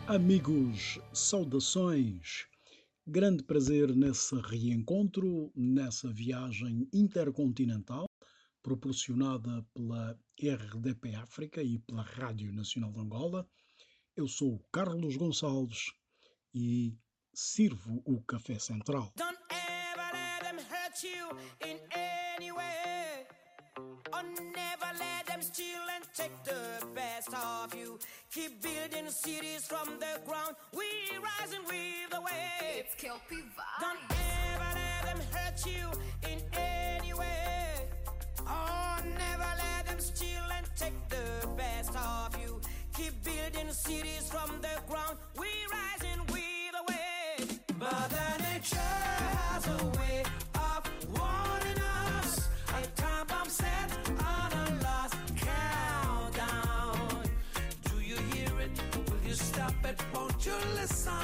Amigos, saudações. Grande prazer nesse reencontro, nessa viagem intercontinental, proporcionada pela RDP África e pela Rádio Nacional de Angola. Eu sou o Carlos Gonçalves e sirvo o Café Central. Don't ever let them hurt you in any way. Or never let them steal and take the best of you. Keep building cities from the ground. We rising with the wave. It's Kelpie Vibe. Don't ever let them hurt you in any way. Oh, never let them steal and take the best of you. Keep building cities from the ground. We rising with the wave. Mother Nature has a way of warning us. A time bomb set on a lost countdown. Do you hear it? Will you stop it? Won't you listen?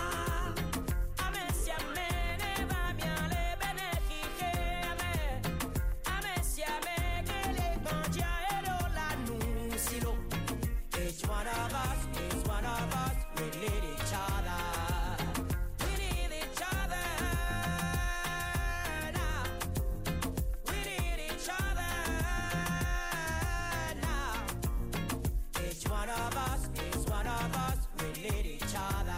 Each one of us, we need each other. We need each other now. We need each other now. Each one of us, we need each other.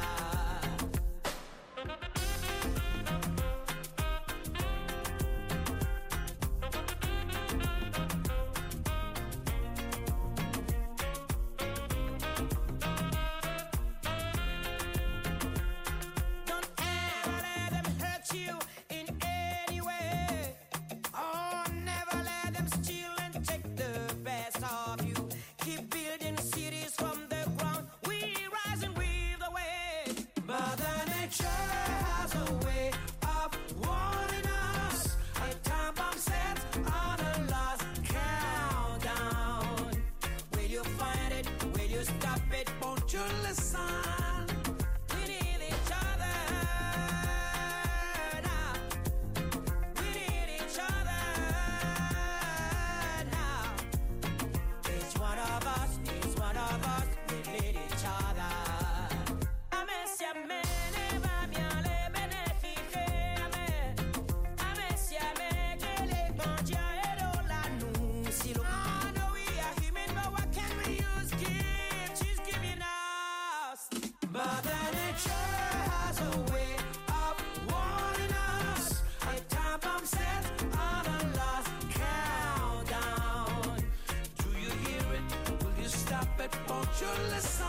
Don't ever let them hurt you in any way. Oh, never let them steal and take the best of you. Keep building cities from the ground. We rising with the wave. Mother Nature has a way of warning us. A time bomb set on a lost countdown. Will you find it? Will you stop it? Won't you listen? We need each other now. We need each other now. Each one of us, we need each other. Ame si ame ne va bien le benefice ame. Ame si ame que le bandia ero la nu si lo. I know we are human, but what can we use? Give, she's giving us. Mother Nature has a way of warning us. A time bomb set on a lost countdown. Do you hear it? Will you stop it? Won't you listen?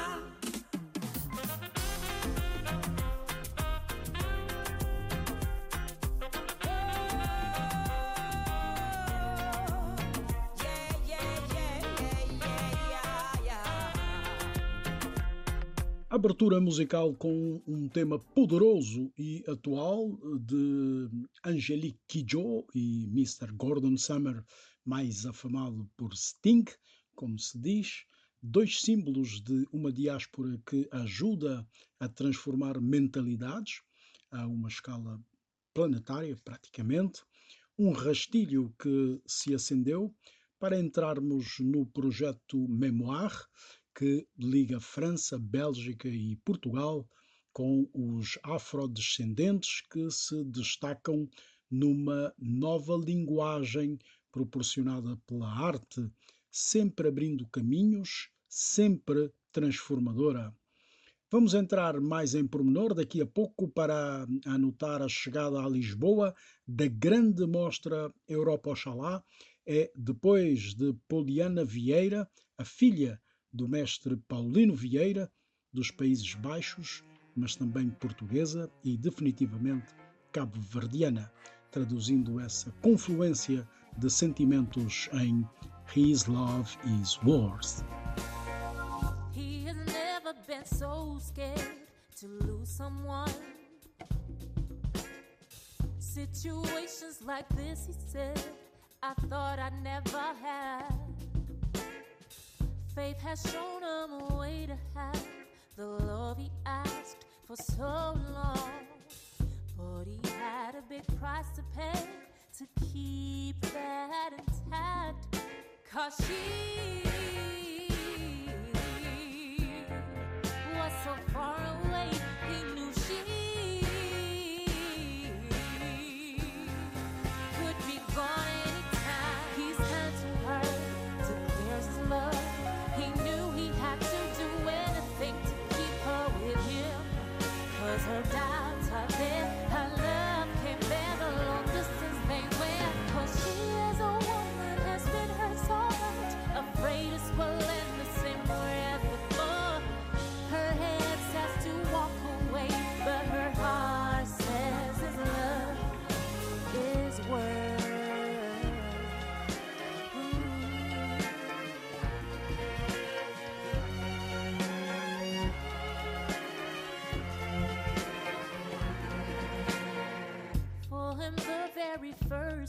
Abertura musical com um tema poderoso e atual de Angelique Kidjo e Mr. Gordon Summer, mais afamado por Sting, como se diz, dois símbolos de uma diáspora que ajuda a transformar mentalidades a uma escala planetária, praticamente, um rastilho que se acendeu para entrarmos no projeto Mémoire, que liga França, Bélgica e Portugal com os afrodescendentes que se destacam numa nova linguagem proporcionada pela arte, sempre abrindo caminhos, sempre transformadora. Vamos entrar mais em pormenor daqui a pouco para anotar a chegada a Lisboa da grande mostra Europa Oxalá. É depois de Poliana Vieira, a filha do mestre Paulino Vieira, dos Países Baixos, mas também portuguesa e definitivamente cabo-verdiana, traduzindo essa confluência de sentimentos em His Love is Worth. He has never been so scared to lose someone. Situations like this, he said, I thought I'd never had. Faith has shown him a way to have the love he asked for so long. But he had a big price to pay to keep that intact. 'Cause she was so far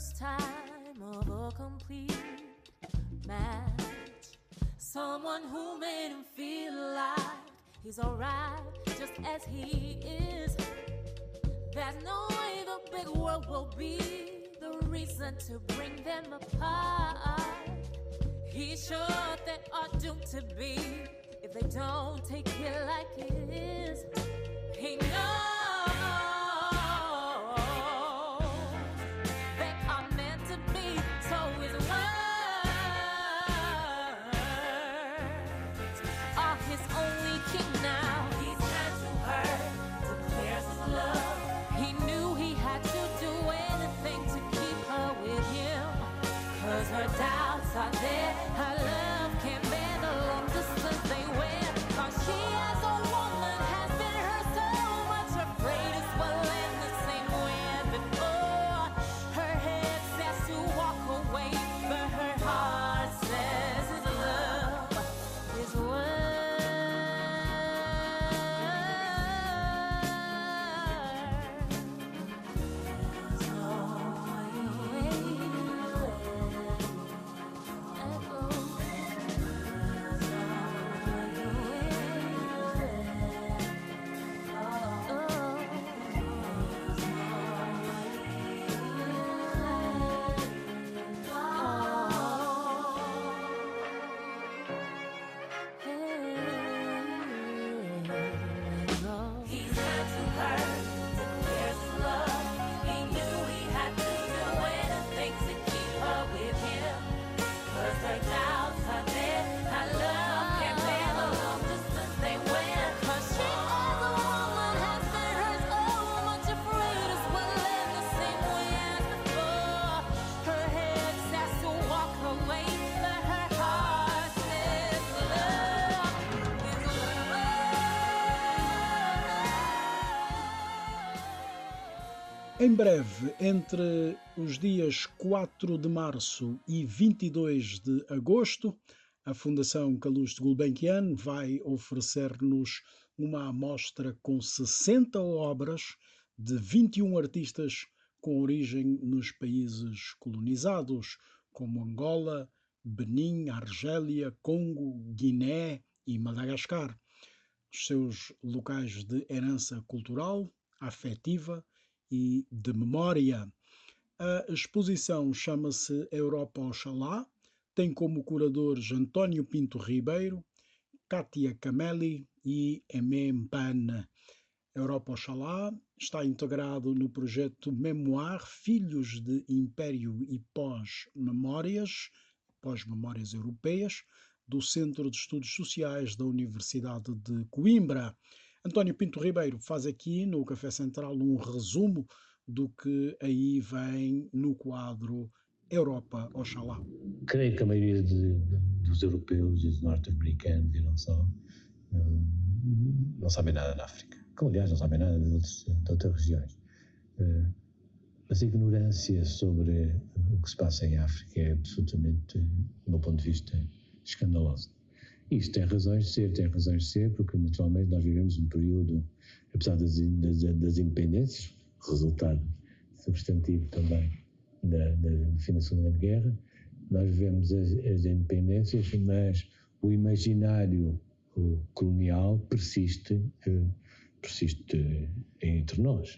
first time of a complete match. Someone who made him feel like he's alright just as he is. There's no way the big world will be the reason to bring them apart. He's sure they are doomed to be if they don't take it like it is. He knows they are meant to be, so his words are his only king now. He's had to hurt to clear his love. He knew he had to do anything to keep her with him, 'cause her doubts are there, her love can't bear the long distance they wear. 'Cause she as a woman has been hurt so much, afraid it will end the same way as before. Her head says to walk away, but her heart says his love is Em breve, entre os dias 4 de março e 22 de agosto, a Fundação Calouste Gulbenkian vai oferecer-nos uma amostra com 60 obras de 21 artistas com origem nos países colonizados, como Angola, Benim, Argélia, Congo, Guiné e Madagascar. Os seus locais de herança cultural, afetiva e de memória. A exposição chama-se Europa Oxalá, tem como curadores António Pinto Ribeiro, Kátia Cameli e Aimé Mpane. Europa Oxalá está integrado no projeto Memoir Filhos de Império e Pós-Memórias Europeias, do Centro de Estudos Sociais da Universidade de Coimbra. António Pinto Ribeiro faz aqui no Café Central um resumo do que aí vem no quadro Europa Oxalá. Creio que a maioria dos europeus e dos norte-americanos e não só não sabem nada da África, como aliás não sabem nada de outras regiões. Mas a ignorância sobre o que se passa em África é absolutamente, do meu ponto de vista, escandalosa. Isto tem razões de ser, porque naturalmente nós vivemos um período, apesar das independências, resultado substantivo também do fim da Segunda Guerra, nós vivemos as independências, mas o imaginário colonial persiste entre nós.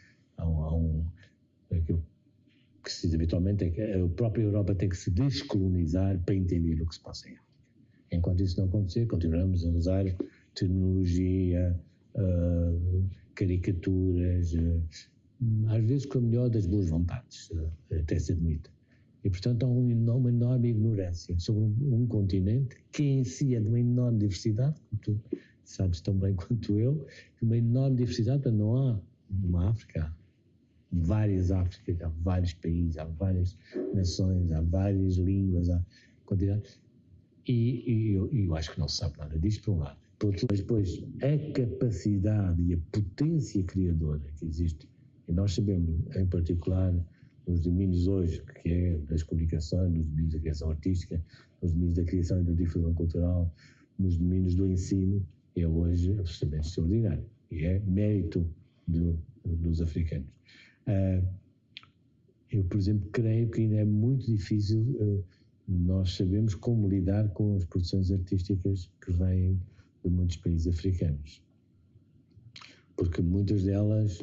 Aquilo que se diz habitualmente é que a própria Europa tem que se descolonizar para entender o que se passa em África. Enquanto isso não acontecer, continuamos a usar terminologia, caricaturas, às vezes com a melhor das boas vontades, até se admite. E, portanto, há uma enorme ignorância sobre um continente que em si é de uma enorme diversidade, como tu sabes tão bem quanto eu, uma enorme diversidade, portanto, não há uma África, há várias Áfricas, há vários países, há várias nações, há várias línguas, há quantidade. E eu acho que não se sabe nada disto, por um lado. Mas depois, a capacidade e a potência criadora que existe, e nós sabemos, em particular, nos domínios hoje, que é das comunicações, nos domínios da criação artística, nos domínios da criação e da difusão cultural, nos domínios do ensino, é hoje absolutamente extraordinário. E é mérito dos africanos. Eu, por exemplo, creio que ainda é muito difícil nós sabemos como lidar com as produções artísticas que vêm de muitos países africanos. Porque muitas delas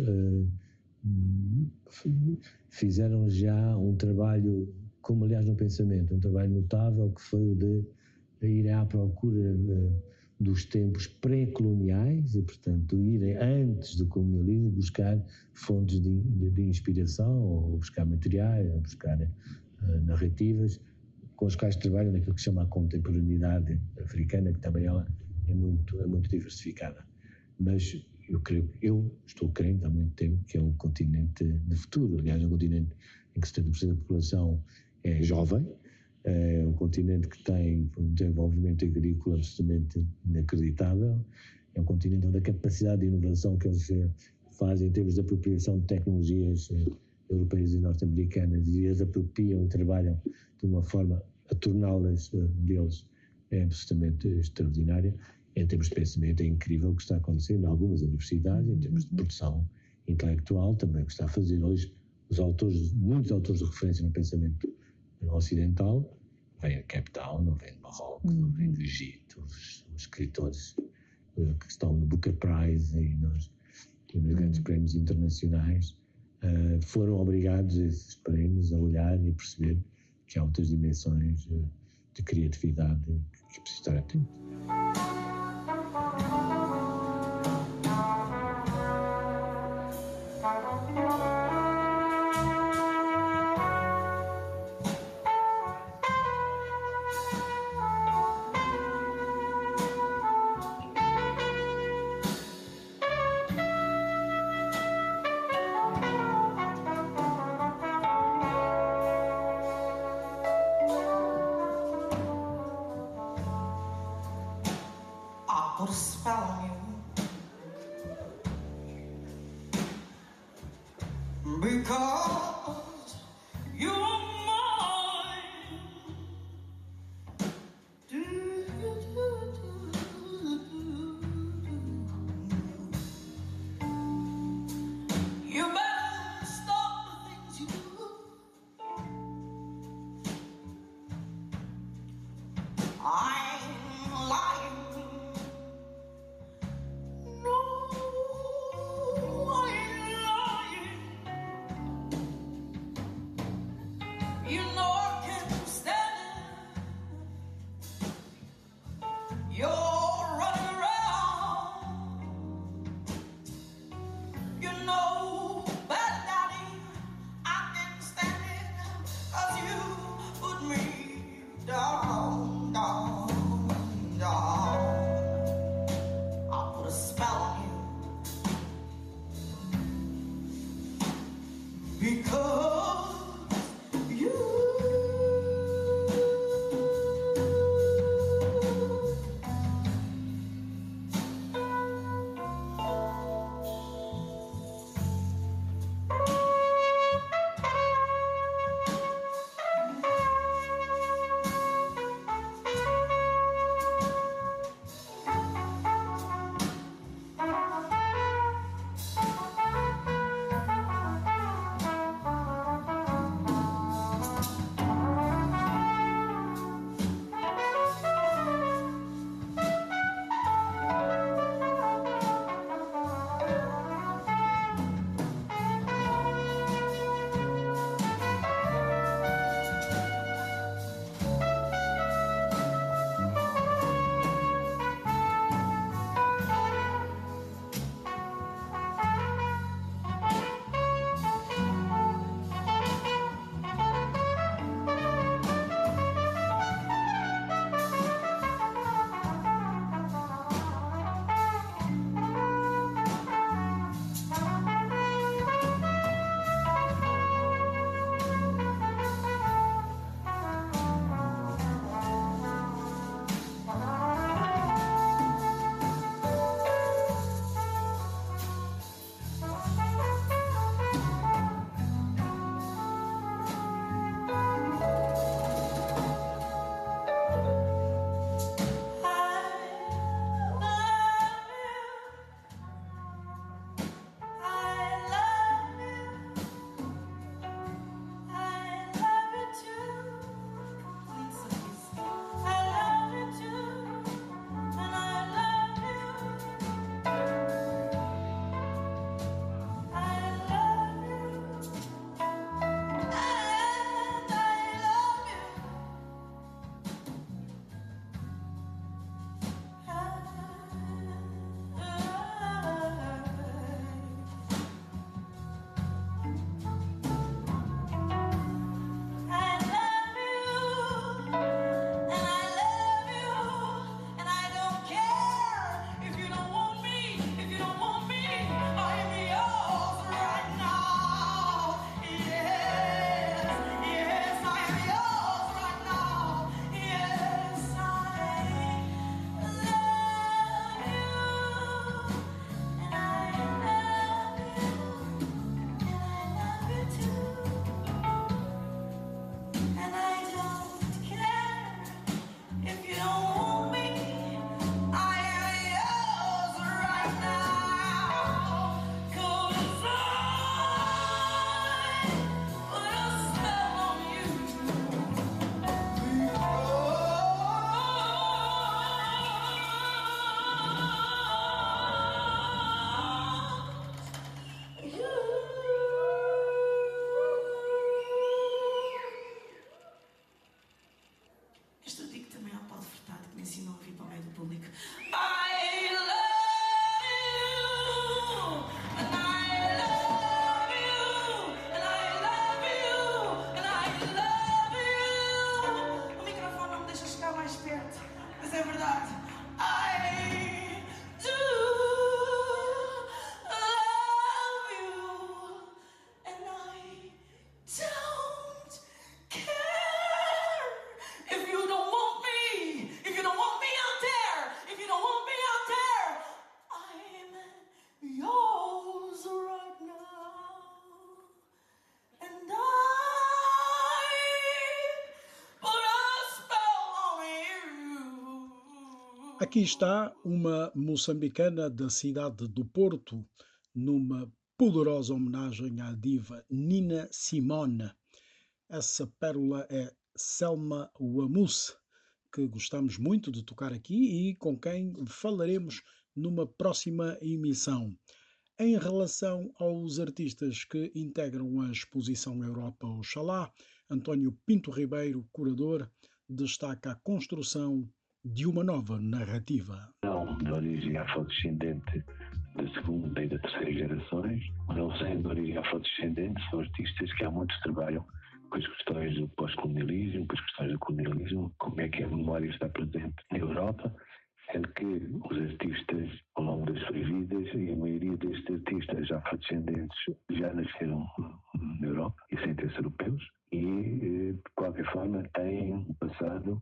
fizeram já um trabalho, como aliás no pensamento, um trabalho notável que foi o de ir à procura dos tempos pré-coloniais e, portanto, irem antes do colonialismo buscar fontes de inspiração, ou buscar materiais, ou buscar narrativas com as quais trabalham naquilo que se chama a contemporaneidade africana, que também ela é muito diversificada. Mas eu estou crente há muito tempo que é um continente de futuro. Aliás, é um continente em que 70% da população é jovem, é um continente que tem um desenvolvimento agrícola absolutamente inacreditável, é um continente onde a capacidade de inovação que eles fazem em termos de apropriação de tecnologias europeias e norte-americanas, e as apropriam e trabalham de uma forma a torná-las deles, é absolutamente extraordinária. Em termos de pensamento, é incrível o que está acontecendo em algumas universidades, em termos de produção intelectual, também o que está a fazer hoje muitos autores de referência no pensamento ocidental, vêm de Cape Town, não vêm de Marrocos, não vêm do Egito, os escritores que estão no Booker Prize e nos grandes prémios internacionais foram obrigados a esses prémios a olhar e a perceber que há outras dimensões de criatividade que precisam estar atentos. Put a spell on you because you're mine. You better stop the things you do. I'm lying. No, I ain't lying. Aqui está uma moçambicana da cidade do Porto, numa poderosa homenagem à diva Nina Simone. Essa pérola é Selma Wamuse, que gostamos muito de tocar aqui e com quem falaremos numa próxima emissão. Em relação aos artistas que integram a exposição Europa Oxalá, António Pinto Ribeiro, curador, destaca a construção de uma nova narrativa. Não de origem afrodescendente da segunda e da terceira gerações, não sendo de origem afrodescendente, são artistas que há muitos trabalham com as questões do pós-colonialismo, com as questões do colonialismo, como é que a memória está presente na Europa, sendo que os artistas, ao longo das suas vidas, e a maioria destes artistas afrodescendentes já nasceram na Europa e sem ter europeus, e, de qualquer forma, têm um passado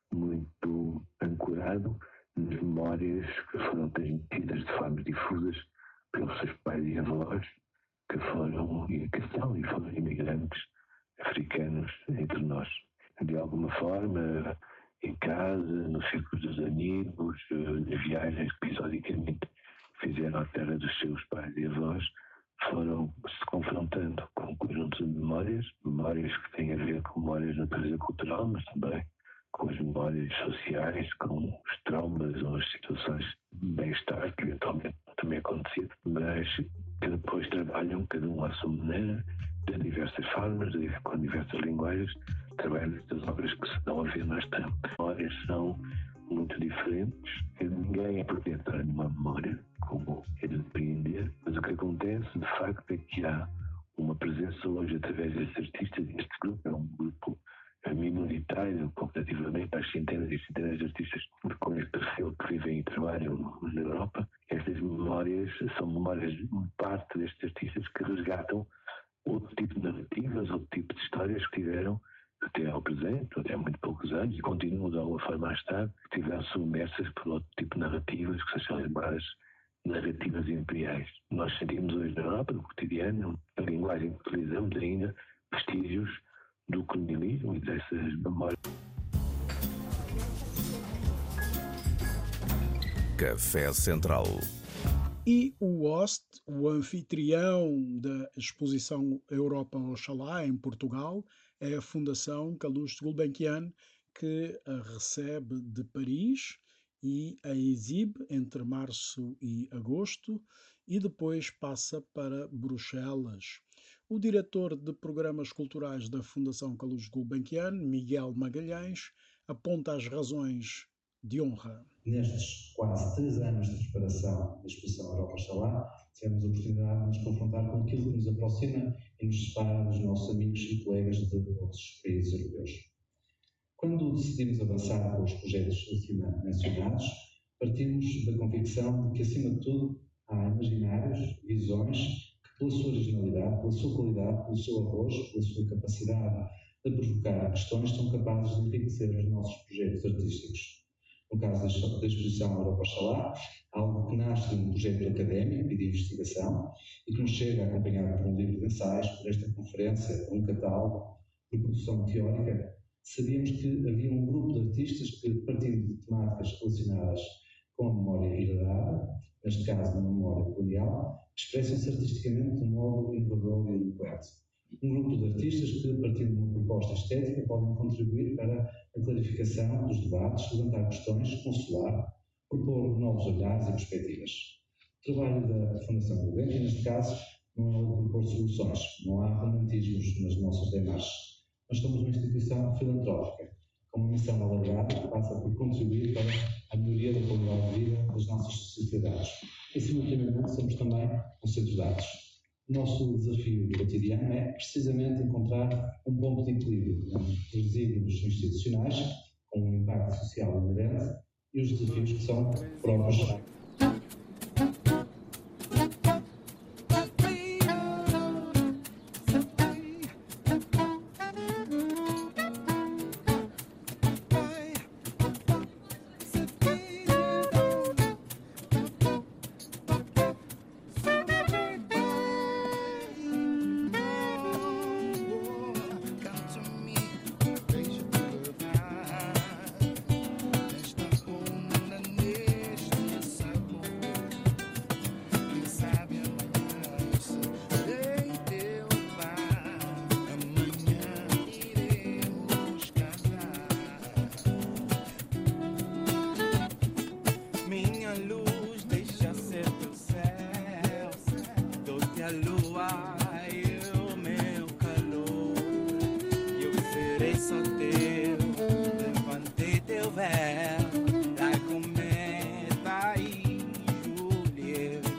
muito ancorado nas memórias que foram transmitidas de formas difusas pelos seus pais e avós, que foram e foram imigrantes africanos entre nós. De alguma forma, em casa, nos círculos dos amigos, nas viagens que episodicamente fizeram à terra dos seus pais e avós, foram se confrontando com um conjunto de memórias que têm a ver com memórias de natureza cultural, mas também com as memórias sociais, com os traumas ou as situações de bem-estar que eventualmente também acontecido, mas que depois trabalham, cada um à sua maneira, de diversas formas, com diversas linguagens, trabalham nestas obras que se dão a ver nesta. As memórias são muito diferentes, ninguém é proprietário de uma memória, como é de depreender, mas o que acontece, de facto, é que há uma presença hoje através destes artistas, e este grupo é um grupo minoritário comparativamente às centenas e centenas de artistas com este perfil que vivem e trabalham na Europa. Estas memórias são memórias de parte destes artistas que resgatam outro tipo de narrativas, outro tipo de histórias que tiveram até ao presente, até há muito poucos anos, e continuam de alguma forma a estar, que estiveram submersas por outro tipo de narrativas, que são chamadas narrativas imperiais. Nós sentimos hoje na Europa, no cotidiano, a linguagem que utilizamos ainda, vestígios do colonialismo e dessas memórias. Café Central. E o host, o anfitrião da exposição Europa Oxalá, em Portugal, é a Fundação Calouste Gulbenkian, que a recebe de Paris e a exibe entre março e agosto e depois passa para Bruxelas. O diretor de programas culturais da Fundação Calouste Gulbenkian, Miguel Magalhães, aponta as razões de honra. Nestes quase 3 anos de preparação da exposição Europa Oxalá, tivemos a oportunidade de nos confrontar com aquilo que nos aproxima e nos separa dos nossos amigos e colegas de outros países europeus. Quando decidimos avançar com os projetos acima mencionados, partimos da convicção de que, acima de tudo, há imaginários, visões que, pela sua originalidade, pela sua qualidade, pelo seu arrojo, pela sua capacidade de provocar questões, são capazes de enriquecer os nossos projetos artísticos. No caso da exposição Europa Oxalá, algo que nasce de um projeto académico e de investigação e que nos chega acompanhado por um livro de ensaios, por esta conferência, por um catálogo, por produção teórica, sabíamos que havia um grupo de artistas que, partindo de temáticas relacionadas com a memória herdada, neste caso da memória colonial, expressam-se artisticamente de um modo inovador e eloquente. Um grupo de artistas que, partindo de uma proposta estética, podem contribuir para a clarificação dos debates, levantar questões, consolar, propor novos olhares e perspectivas. O trabalho da Fundação Gulbenkian, neste caso, não é o de propor soluções, não há romantismos nas nossas demarches, mas somos uma instituição filantrópica, com uma missão alargada que passa por contribuir para a melhoria da qualidade de vida das nossas sociedades. E, simultaneamente, somos também um centro de dados. O nosso desafio cotidiano é precisamente encontrar um ponto de equilíbrio entre os desígnios institucionais, com um impacto social inerente, e os desafios que são próprios. a lua e o meu calor. Eu serei só teu, levantei teu véu, da cometa e Julieta.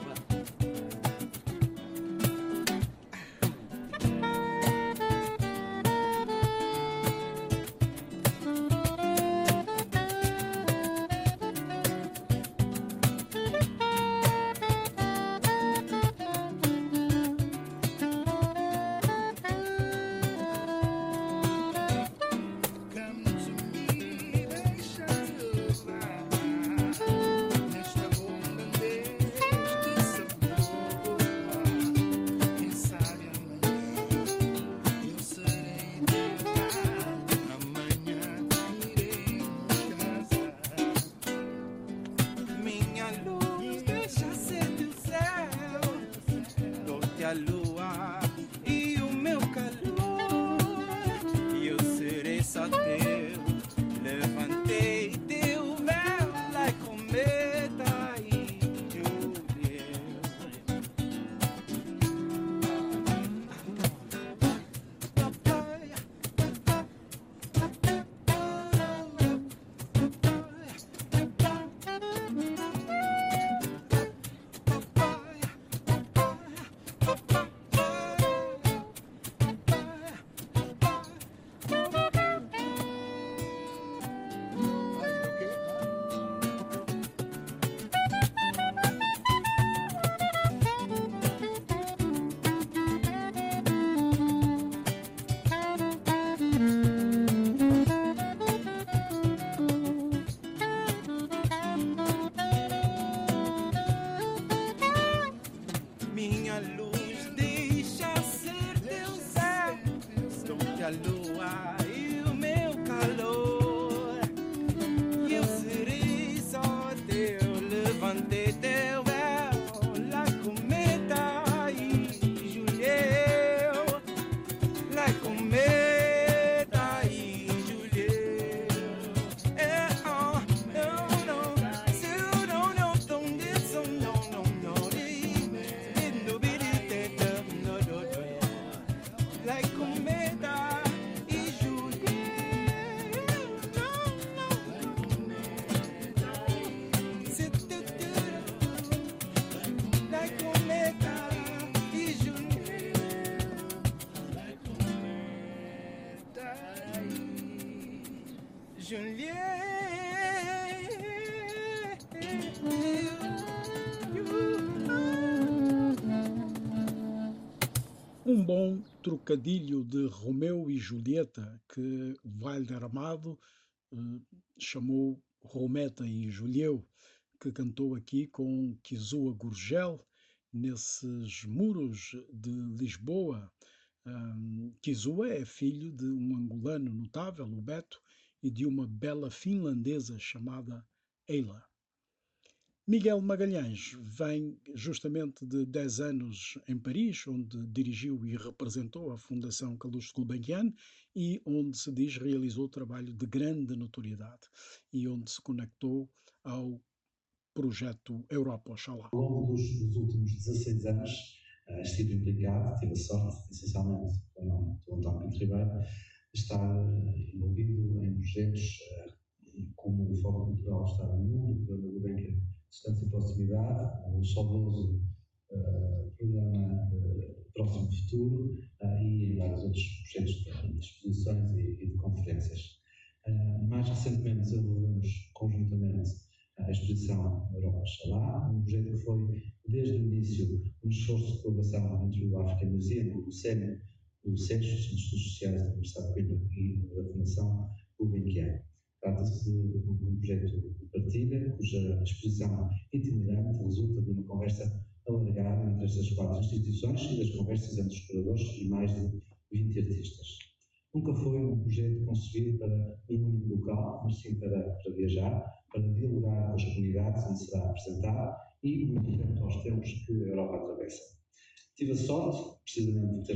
Minha luz, deixa ser teu céu. Dou-te a lua e o meu calor. E eu serei só teu. Levantei teu véu, like cometa e Julieta. Minha luz, deixa ser teu céu. Dou-te a lua e o meu calor. E eu serei só teu. Levantei teu véu, la cometa e Julieta. La cometa e Julieta. Like cometa e like cometa e Um bom trocadilho de Romeu e Julieta que Walter Amado chamou Rometa e Julieu, que cantou aqui com Kizua Gurgel nesses muros de Lisboa. Kizua é filho de um angolano notável, o Beto, e de uma bela finlandesa chamada Eila. Miguel Magalhães vem justamente de 10 anos em Paris, onde dirigiu e representou a Fundação Calouste Gulbenkian e onde se diz realizou trabalho de grande notoriedade e onde se conectou ao projeto Europa Oxalá. Ao longo dos últimos 16 anos estive implicado, tive a sorte, essencialmente, com o António Pinto Ribeiro, de estar envolvido em projetos como o Fórum Cultural Estado no Mundo, o Programa Gulbenkian Distância e Proximidade, o saudoso programa Próximo Futuro e em vários outros projetos de exposições e de conferências. Mais recentemente desenvolvemos conjuntamente a exposição Europa Oxalá, um projeto que foi, desde o início, um esforço de colaboração entre o African Museum, o SEM, o SES, os Centros Sociais da Universidade de Coimbra e da Fundação Gulbenkian. Trata-se de um projeto de partilha, cuja exposição itinerante resulta de uma conversa alargada entre estas 4 instituições e das conversas entre os curadores e mais de 20 artistas. Nunca foi um projeto concebido para um único local, mas sim para viajar, para dialogar com as comunidades onde será apresentado e muito atento aos tempos que a Europa atravessa. Tive a sorte, precisamente, de ter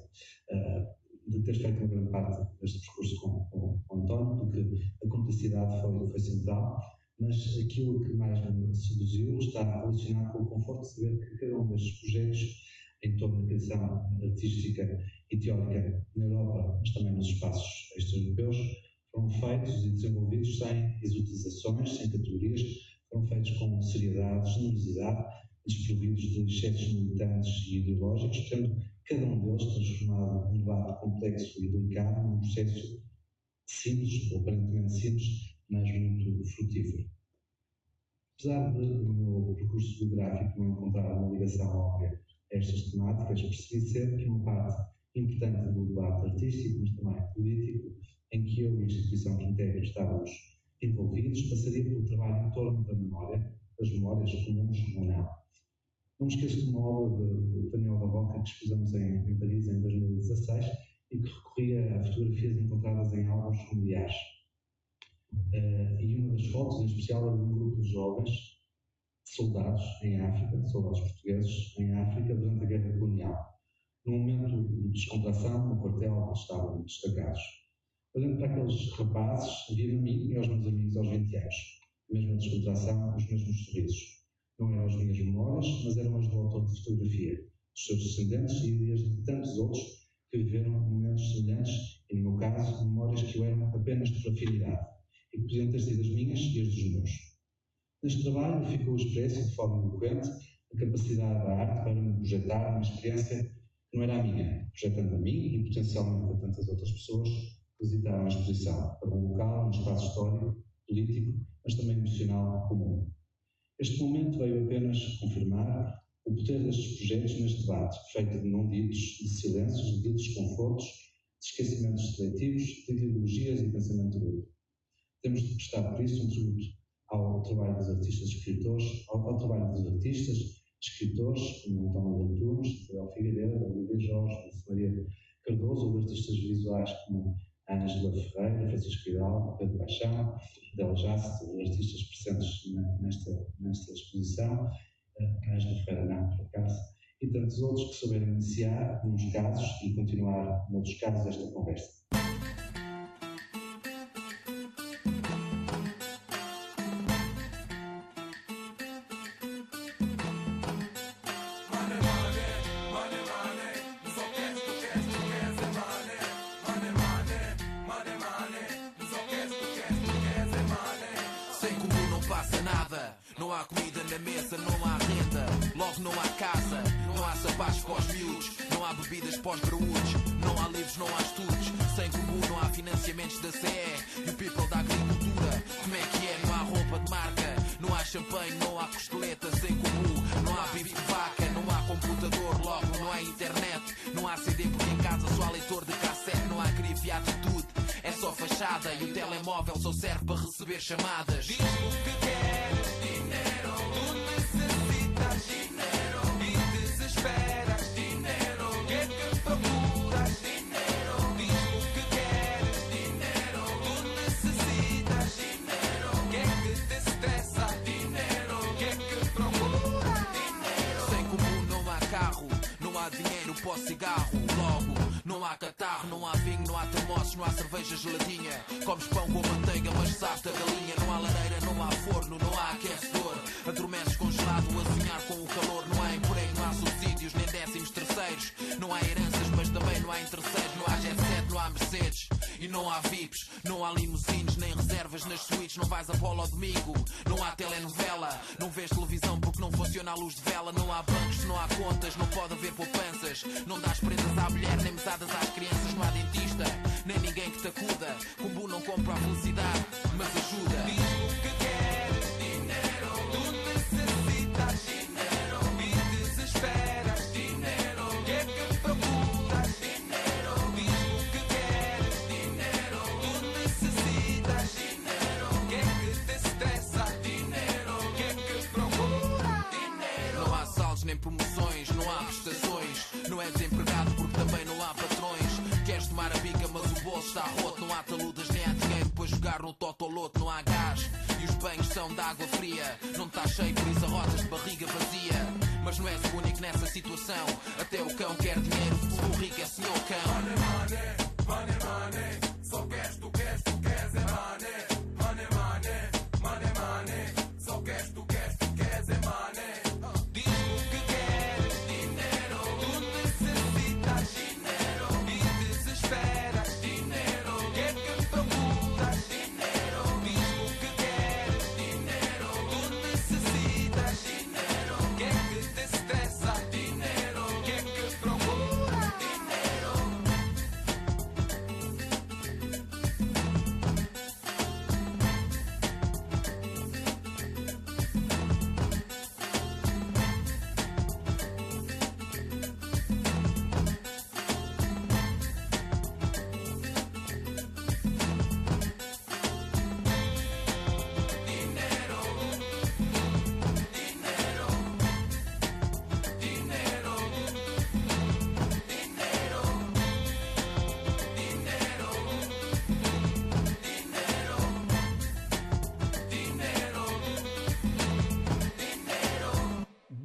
feito uma grande parte deste percurso com o António, porque a complexidade foi central, mas aquilo que mais me seduziu está relacionado com o conforto de saber que cada um destes projetos em torno da criação artística e teórica na Europa, mas também nos espaços extra-europeus, foram feitos e desenvolvidos sem exotizações, sem categorias, foram feitos com seriedade, generosidade, desprovidos de excessos militantes e ideológicos, tendo cada um deles transformado um debate complexo e delicado num processo simples, ou aparentemente simples, mas muito frutífero. Apesar de, no meu percurso biográfico, não encontrar uma ligação óbvia a estas temáticas, percebi sempre que uma parte importante do debate artístico, mas também político, em que eu e a instituição que integro estávamos envolvidos, passaria pelo trabalho em torno da memória, das memórias comuns ou não. Não me esqueço de uma obra de Daniel Barroca que expusemos em Paris em 2016 e que recorria a fotografias encontradas em álbuns familiares. E uma das fotos, em especial, era de um grupo de jovens soldados em África, soldados portugueses em África durante a Guerra Colonial. Num momento de descontração, no quartel onde estavam destacados. Olhando para aqueles rapazes, via-me a mim e aos meus amigos aos 20 anos. A mesma descontração, os mesmos sorrisos. Não eram as minhas memórias, mas eram as do autor de fotografia, dos seus descendentes e as de tantos outros que viveram momentos semelhantes e, no meu caso, memórias que o eram apenas por afinidade e que podiam ter sido as minhas e as dos meus. Neste trabalho ficou expresso de forma eloquente a capacidade da arte para me projetar uma experiência que não era a minha, projetando a mim e potencialmente a tantas outras pessoas que visitaram a exposição, para um local, um espaço histórico, político, mas também emocional comum. Este momento veio apenas confirmar o poder destes projetos neste debate, feito de não ditos, de silêncios, de desconfortos, de esquecimentos seletivos, de ideologias e pensamento grupo. Temos de prestar por isso um tributo ao trabalho dos artistas escritores, ao trabalho dos artistas escritores, como António Antunes, Isabel Figueiredo, Olivia Jorge, Maria Cardoso, ou de artistas visuais como Ângela Ferreira, Francisco Hidalgo, Pedro Paixão, Adela Jace, artistas presentes nesta exposição, Ângela Ferreira não, por acaso, e tantos outros que souberam iniciar, nos casos, e continuar, noutros casos, esta conversa. Não há comida na mesa, não há renda, logo não há casa, não há sapatos para os miúdos, não há bebidas para os graúdos, não há livros, não há estudos, sem comum não há financiamentos da CE e o people da agricultura. Como é que é? Não há roupa de marca, não há champanhe, não há costeleta sem comum, não há bife de vaca, não há computador, logo não há internet, não há CD porque em casa só há leitor de cassete, não há grife e atitude, é só fachada e o telemóvel só serve para receber chamadas. Diz-me o que queres, dinheiro, tu necessitas dinheiro e desesperas dinheiro, o que é que procuras dinheiro? Diz-me o que queres, dinheiro, tu necessitas dinheiro, o que é que te estressa dinheiro, o que é que procuras dinheiro? Sem comum não há carro, não há dinheiro para o cigarro, logo não há catarro, não há vinho, não há termossos, não há cerveja geladinha. Comes pão com manteiga, mas sabes da galinha. Não há lareira, não há forno, não há aquecedor. Adormeces congelado a sonhar com o calor. Não há emprego, não há subsídios, nem 13º. Não há heranças, mas também não há interesseiros. Não há jet set, não há Mercedes e não há VIPs. Não há limusines, nem reservas nas suítes. Não vais a bola ao domingo, não há telenovela. Não vês televisão porque não funciona a luz de vela. Não há bancos, não há contas, não pode haver poupanças. Não dás prendas à mulher, nem mesadas às crianças. Não há dentista, nem ninguém que te acuda. Combo não compra a felicidade, mas ajuda. Diz-me o que queres, dinheiro, tu necessitas dinheiro e desesperas dinheiro, o que é que procuras dinheiro? Diz-me o que queres, dinheiro, tu necessitas dinheiro, o que é que te estressa dinheiro, o que é que procuras dinheiro? Não há saldos nem promoções, não há prestações, não é desempregado porque também não há patrões. Queres tomar a bica mas o bolso está roto, não há taludas nem há dinheiro para jogar no totoloto, não há gás e os banhos são de água fria. Não está cheio por isso arrotas de barriga vazia. Mas não és o único nessa situação, até o cão quer dinheiro, o rico é senhor cão. Money, money, money, money, só queres, tu queres é money. Money, money, money, money, só queres, tu queres é money. Diz-me o que queres, dinheiro, tu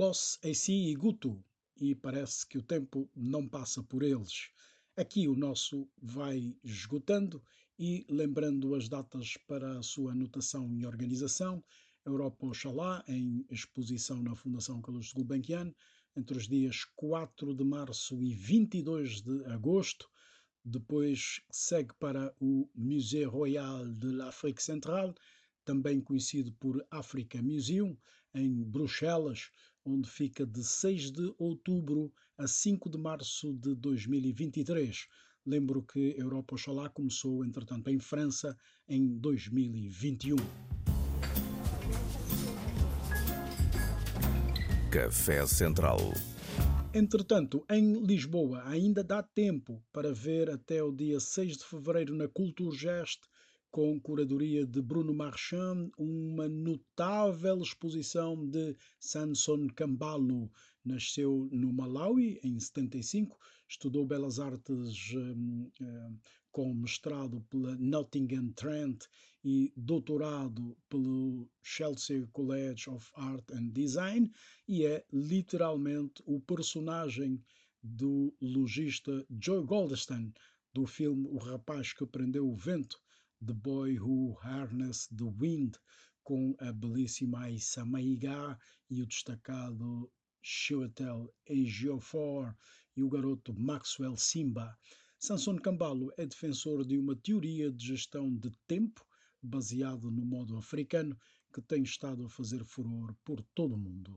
Boss AC e Guto, e parece que o tempo não passa por eles. Aqui o nosso vai esgotando e lembrando as datas para a sua anotação e organização. Europa Oxalá, em exposição na Fundação Carlos Gulbenkian, entre os dias 4 de março e 22 de agosto. Depois segue para o Musée Royal de l'Afrique Centrale, também conhecido por Africa Museum, em Bruxelas, onde fica de 6 de outubro a 5 de março de 2023. Lembro que Europa Oxalá começou, entretanto, em França em 2021. Café Central. Entretanto, em Lisboa ainda dá tempo para ver até o dia 6 de fevereiro na Culturgest, com curadoria de Bruno Marchand, uma notável exposição de Samson Kambalo. Nasceu no Malawi em 75, estudou Belas Artes com mestrado pela Nottingham Trent e doutorado pelo Chelsea College of Art and Design, e é literalmente o personagem do logista Joe Goldstein, do filme O Rapaz que Prendeu o Vento, The Boy Who Harnessed the Wind, com a belíssima Issa Maïga e o destacado Chiwetel Ejiofor e o garoto Maxwell Simba. Samson Kambalo é defensor de uma teoria de gestão de tempo baseado no modo africano que tem estado a fazer furor por todo o mundo.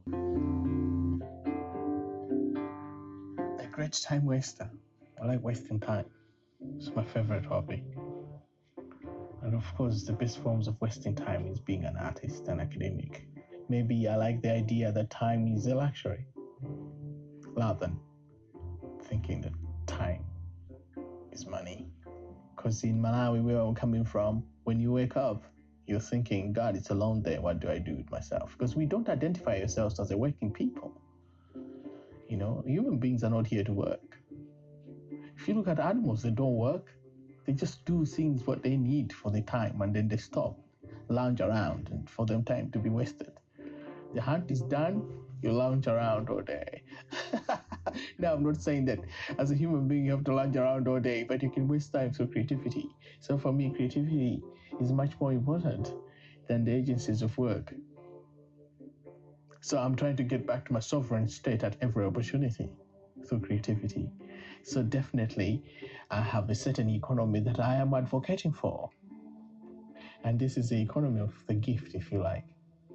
A great time waster. I like wasting time. It's my favorite hobby. And of course, the best forms of wasting time is being an artist and academic. Maybe I like the idea that time is a luxury, rather than thinking that time is money. Because in Malawi, where I'm coming from, when you wake up, you're thinking, God, it's a long day. What do I do with myself? Because we don't identify ourselves as a working people. You know, human beings are not here to work. If you look at animals, they don't work. They just do things what they need for the time, and then they stop, lounge around, and for them time to be wasted. The hunt is done, you lounge around all day. Now, I'm not saying that as a human being you have to lounge around all day, but you can waste time through creativity. So for me, creativity is much more important than the agencies of work. So I'm trying to get back to my sovereign state at every opportunity through creativity. So definitely, I have a certain economy that I am advocating for. And this is the economy of the gift, if you like.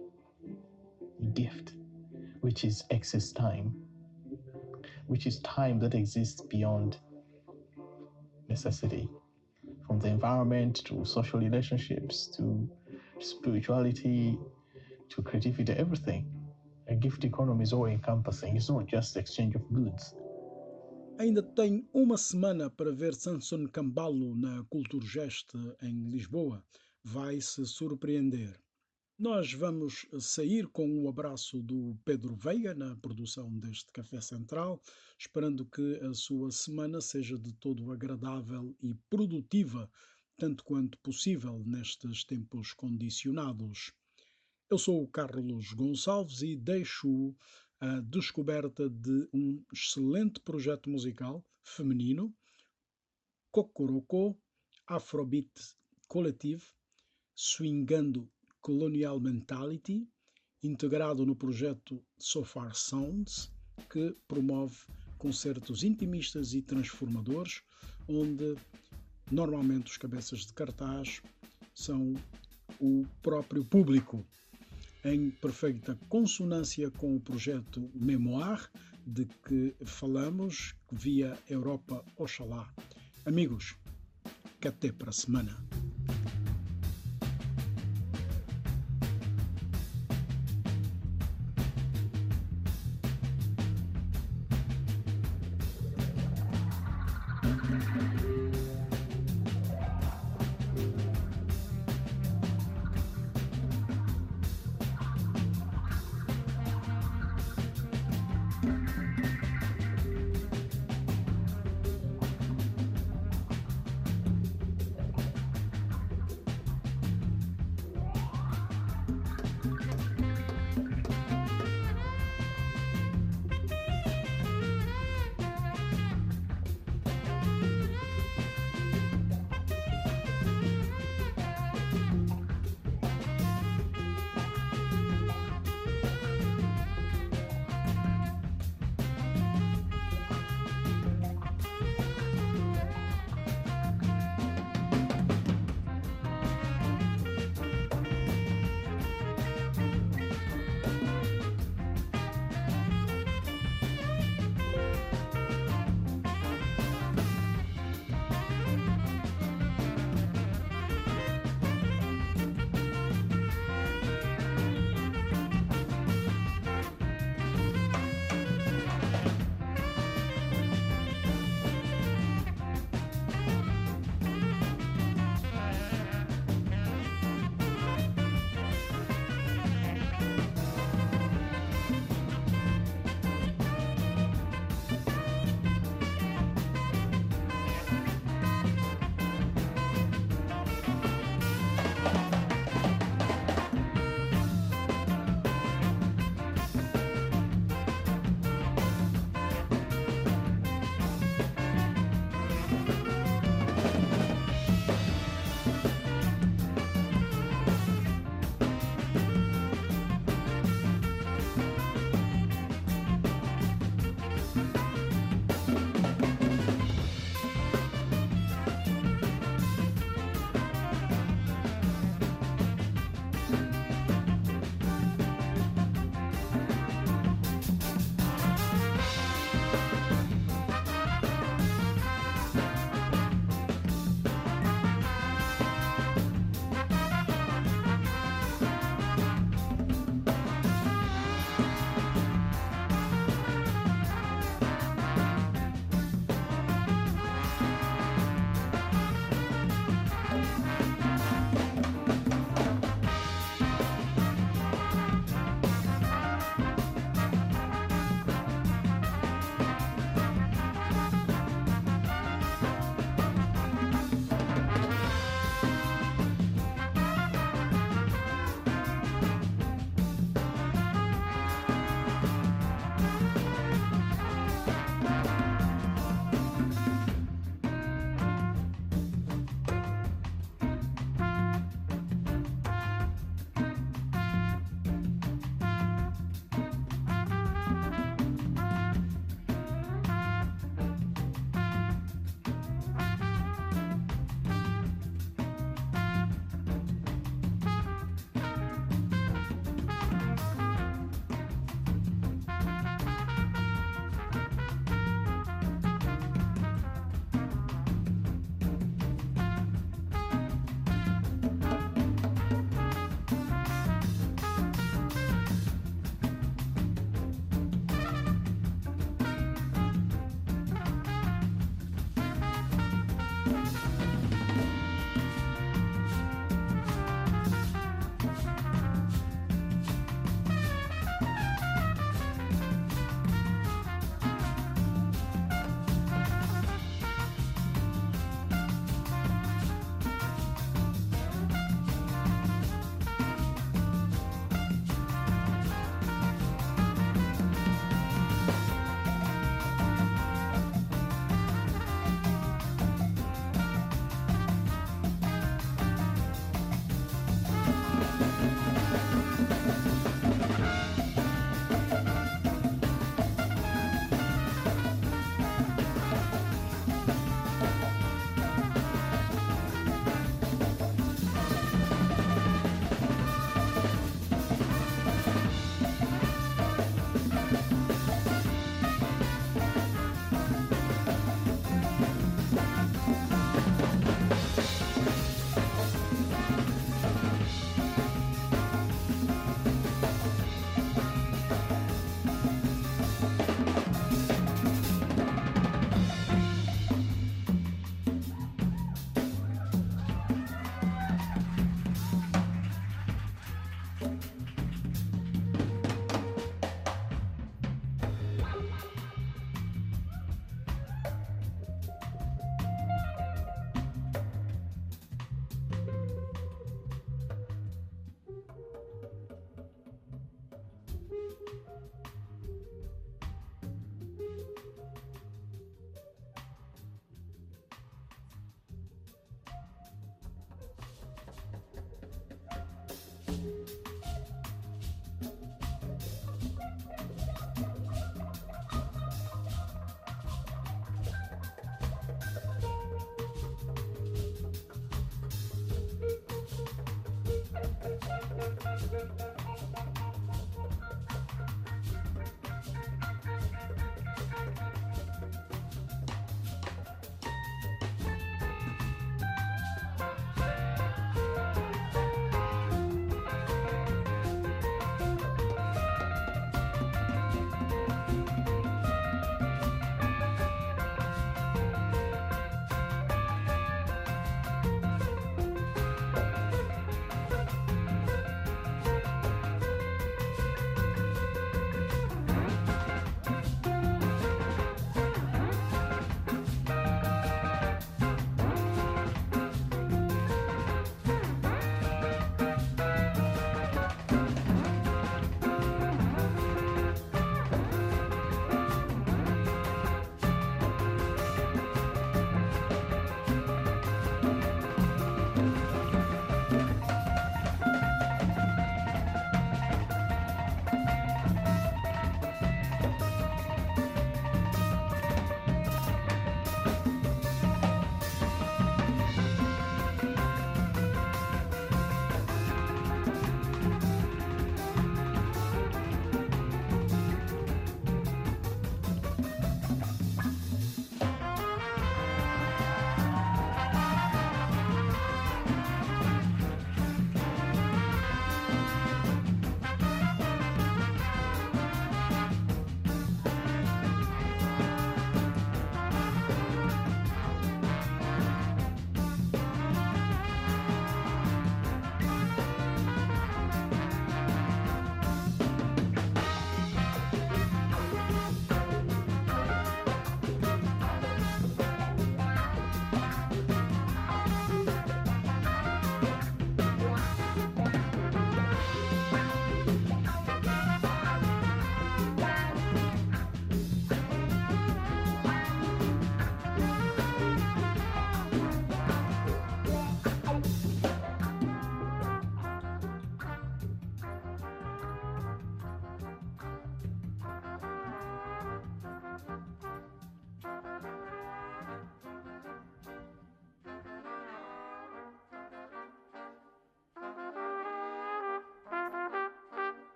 Gift, which is excess time, which is time that exists beyond necessity. From the environment to social relationships to spirituality to creativity, everything. A gift economy is all encompassing. It's not just the exchange of goods. Ainda tem uma semana para ver Samson Kambalo na Culturgest em Lisboa. Vai se surpreender. Nós vamos sair com o abraço do Pedro Veiga na produção deste Café Central, esperando que a sua semana seja de todo agradável e produtiva, tanto quanto possível nestes tempos condicionados. Eu sou o Carlos Gonçalves e deixo a descoberta de um excelente projeto musical feminino, Kokoroko Afrobeat Collective, swingando Colonial Mentality, integrado no projeto So Far Sounds, que promove concertos intimistas e transformadores, onde normalmente os cabeças de cartaz são o próprio público, em perfeita consonância com o projeto Memoir, de que falamos via Europa Oxalá. Amigos, que até para a semana.